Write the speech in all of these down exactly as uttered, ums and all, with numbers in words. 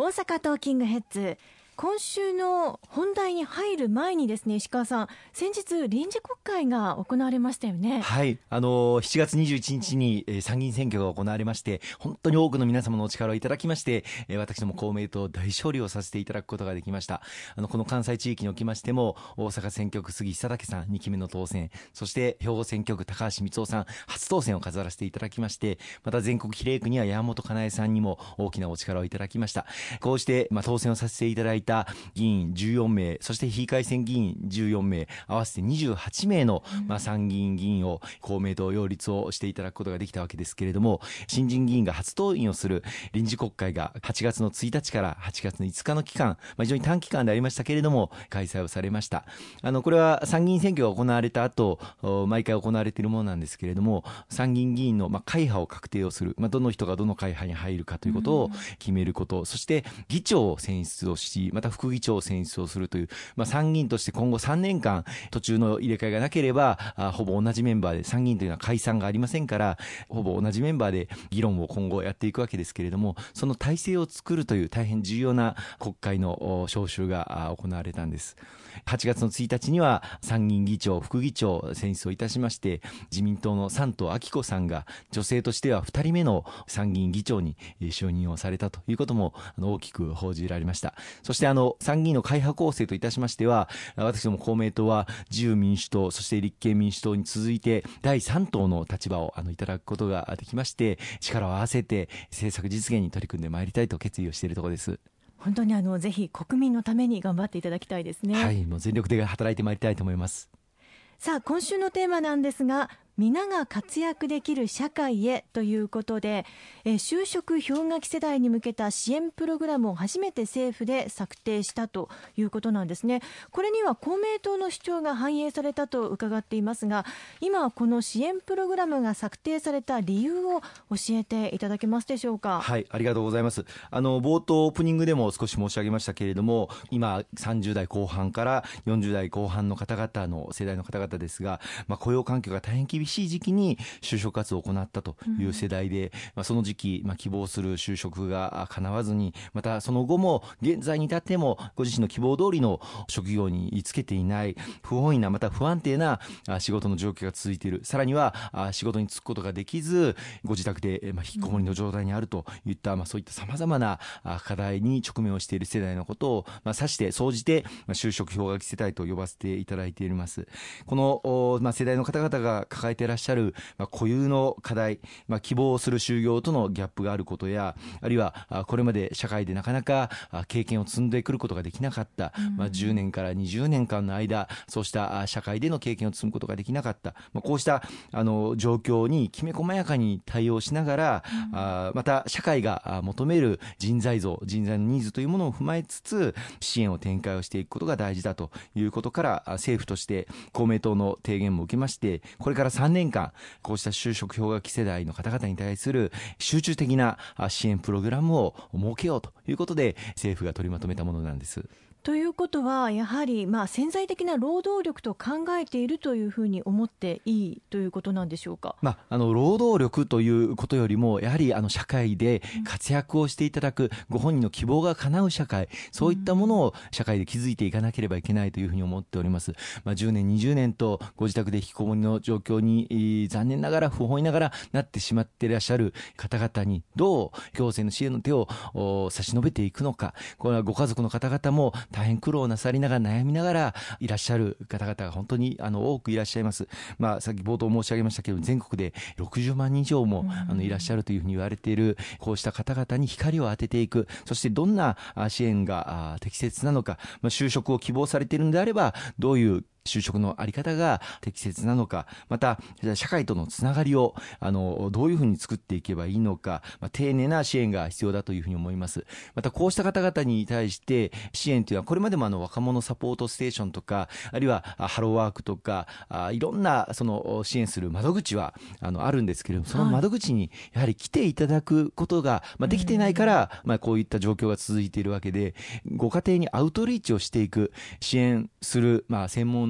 大阪トーキングヘッズ、今週の本題に入る前にですね、石川さん、先日臨時国会が行われましたよね。 はい、あのしちがつにじゅういちにちに、えー、参議院選挙が行われまして、本当に多くの皆様のお力をいただきまして、えー、私ども公明党大勝利をさせていただくことができました。あのこの関西地域におきましても、大阪選挙区杉久武さんにきめの当選、そして兵庫選挙区高橋光雄さん初当選を飾らせていただきまして、また全国比例区には山本かなえさんにも大きなお力をいただきました。こうして、まあ、当選をさせていただいた議員じゅうよんめい、そして非改選議員じゅうよんめい、合わせてにじゅうはちめいの、まあ、参議院議員を公明党擁立をしていただくことができたわけですけれども、新人議員が初登院をする臨時国会がはちがつのついたちからはちがつのいつかの期間、まあ、非常に短期間でありましたけれども開催をされました。あのこれは参議院選挙が行われた後、毎回行われているものなんですけれども、参議院議員の、まあ、会派を確定をする、まあ、どの人がどの会派に入るかということを決めること、そして議長を選出をし、また副議長を選出をするという、まあ、参議院として今後さんねんかん途中の入れ替えがなければあほぼ同じメンバーで、参議院というのは解散がありませんから、ほぼ同じメンバーで議論を今後やっていくわけですけれども、その体制を作るという大変重要な国会の召集が行われたんです。はちがつのついたちには参議院議長副議長選出をいたしまして、自民党の山東昭子さんが女性としてはふたりめの参議院議長に就任をされたということも大きく報じられました。そしてあの参議院の会派構成といたしましては、私ども公明党は自由民主党、そして立憲民主党に続いてだいさん党の立場をあのいただくことができまして、力を合わせて政策実現に取り組んでまいりたいと決意をしているところです。 本当にあのぜひ国民のために頑張っていただきたいですね。 はい、もう全力で働いてまいりたいと思います。 さあ、今週のテーマなんですが、皆が活躍できる社会へということで、え就職氷河期世代に向けた支援プログラムを初めて政府で策定したということなんですね。これには公明党の主張が反映されたと伺っていますが、今この支援プログラムが策定された理由を教えていただけますでしょうか。 はい、ありがとうございます。あの冒頭オープニングでも少し申し上げましたけれども、今さんじゅうだいこう半からよんじゅうだいこう半の方々の世代の方々ですが、まあ、雇用環境が大変厳しい時期に就職活動を行ったという世代で、うんまあ、その時期、まあ、希望する就職が叶わずに、またその後も現在に至ってもご自身の希望通りの職業に就けていない、不本意なまた不安定な仕事の状況が続いている、さらには仕事に就くことができずご自宅で引きこもりの状態にあるといった、うんまあ、そういったさまざまな課題に直面をしている世代のことを、まあ、指して総じて就職氷河期世代と呼ばせていただいています。この、まあ、世代の方々が抱えていらっしゃるまあ、固有の課題、まあ、希望する就業とのギャップがあることや、あるいはこれまで社会でなかなか経験を積んでくることができなかった、うんまあ、じゅうねんからにじゅうねんかんの間そうした社会での経験を積むことができなかった、まあ、こうしたあの状況にきめ細やかに対応しながら、うん、あまた社会が求める人材像、人材のニーズというものを踏まえつつ支援を展開をしていくことが大事だということから、政府として公明党の提言も受けまして、これからさんねんかんこうした就職氷河期世代の方々に対する集中的な支援プログラムを設けようということで政府が取りまとめたものなんです。 ということはやはりまあ潜在的な労働力と考えているというふうに思っていいということなんでしょうか。 まあ、あの労働力ということよりもやはりあの社会で活躍をしていただく、うん、ご本人の希望が叶う社会、そういったものを社会で築いていかなければいけないというふうに思っております。まあ、じゅうねんにじゅうねんとご自宅で引きこもりの状況に残念ながら不本意ながらなってしまっていらっしゃる方々にどう行政の支援の手を差し伸べていくのか、これはご家族の方々も大変苦労なさりながら悩みながらいらっしゃる方々が本当にあの多くいらっしゃいます。まあ、さっき冒頭申し上げましたけど全国でろくじゅうまんにん以上もあのいらっしゃるというふうに言われているこうした方々に光を当てていく、そしてどんな支援が適切なのか、まあ、就職を希望されているのであればどういう就職のあり方が適切なのか、また社会とのつながりをあのどういうふうに作っていけばいいのか、まあ、丁寧な支援が必要だというふうに思います。またこうした方々に対して支援というのはこれまでもあの若者サポートステーションとか、あるいはハローワークとか、あいろんなその支援する窓口はあのあるんですけれども、その窓口にやはり来ていただくことが、まあ、できていないから、まあ、こういった状況が続いているわけで、ご家庭にアウトリーチをしていく支援する、まあ、専門の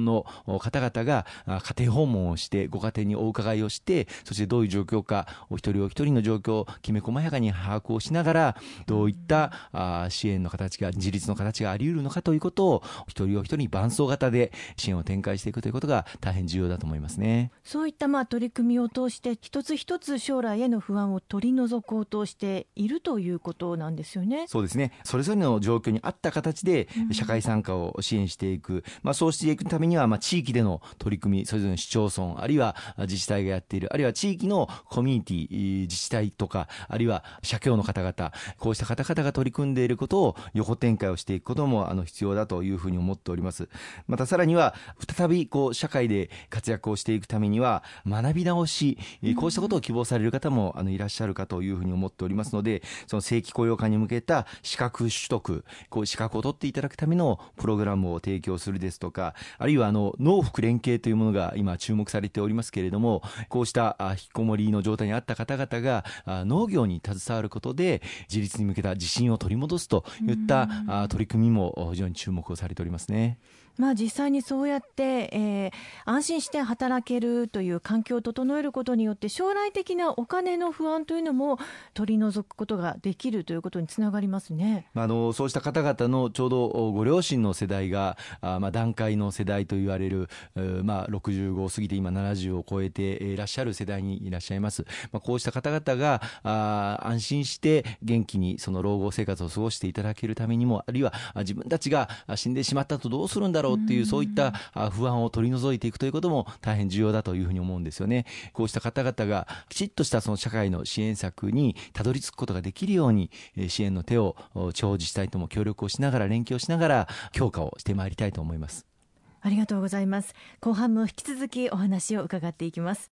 の方々が家庭訪問をしてご家庭にお伺いをして、そしてどういう状況かお一人お一人の状況をきめ細やかに把握をしながら、どういった支援の形が自立の形があり得るのかということをお一人お一人に伴走型で支援を展開していくということが大変重要だと思いますね。 そういったまあ取り組みを通して一つ一つ将来への不安を取り除こうとしているということなんですよね。 そうですね。それぞれの状況に合った形で社会参加を支援していく、うん、まあ、そうしていくためには、まあ、地域での取り組み、それぞれの市町村あるいは自治体がやっている、あるいは地域のコミュニティ自治体とか、あるいは社協の方々、こうした方々が取り組んでいることを横展開をしていくこともあの必要だというふうに思っております。またさらには再びこう社会で活躍をしていくためには学び直し、こうしたことを希望される方もあのいらっしゃるかというふうに思っておりますので、その正規雇用化に向けた資格取得、こう資格を取っていただくためのプログラムを提供するですとか、あるいはあの農福連携というものが今注目されておりますけれども、こうした引きこもりの状態にあった方々が農業に携わることで自立に向けた自信を取り戻すといった取り組みも非常に注目をされておりますね。 まあ、実際にそうやって、えー、安心して働けるという環境を整えることによって将来的なお金の不安というのも取り除くことができるということにつながりますね。 あのそうした方々のちょうどご両親の世代があ、まあ、団塊の世代といわれる、まあ、ろくじゅうごを過ぎて今ななじゅうを超えていらっしゃる世代にいらっしゃいます。まあ、こうした方々があ安心して元気にその老後生活を過ごしていただけるためにも、あるいは自分たちが死んでしまったとどうするんだろうっていう、そういった不安を取り除いていくということも大変重要だというふうに思うんですよね。こうした方々がきちっとしたその社会の支援策にたどり着くことができるように、支援の手を地方自治体とも協力をしながら連携をしながら強化をしてまいりたいと思います。 ありがとうございます。後半も引き続きお話を伺っていきます。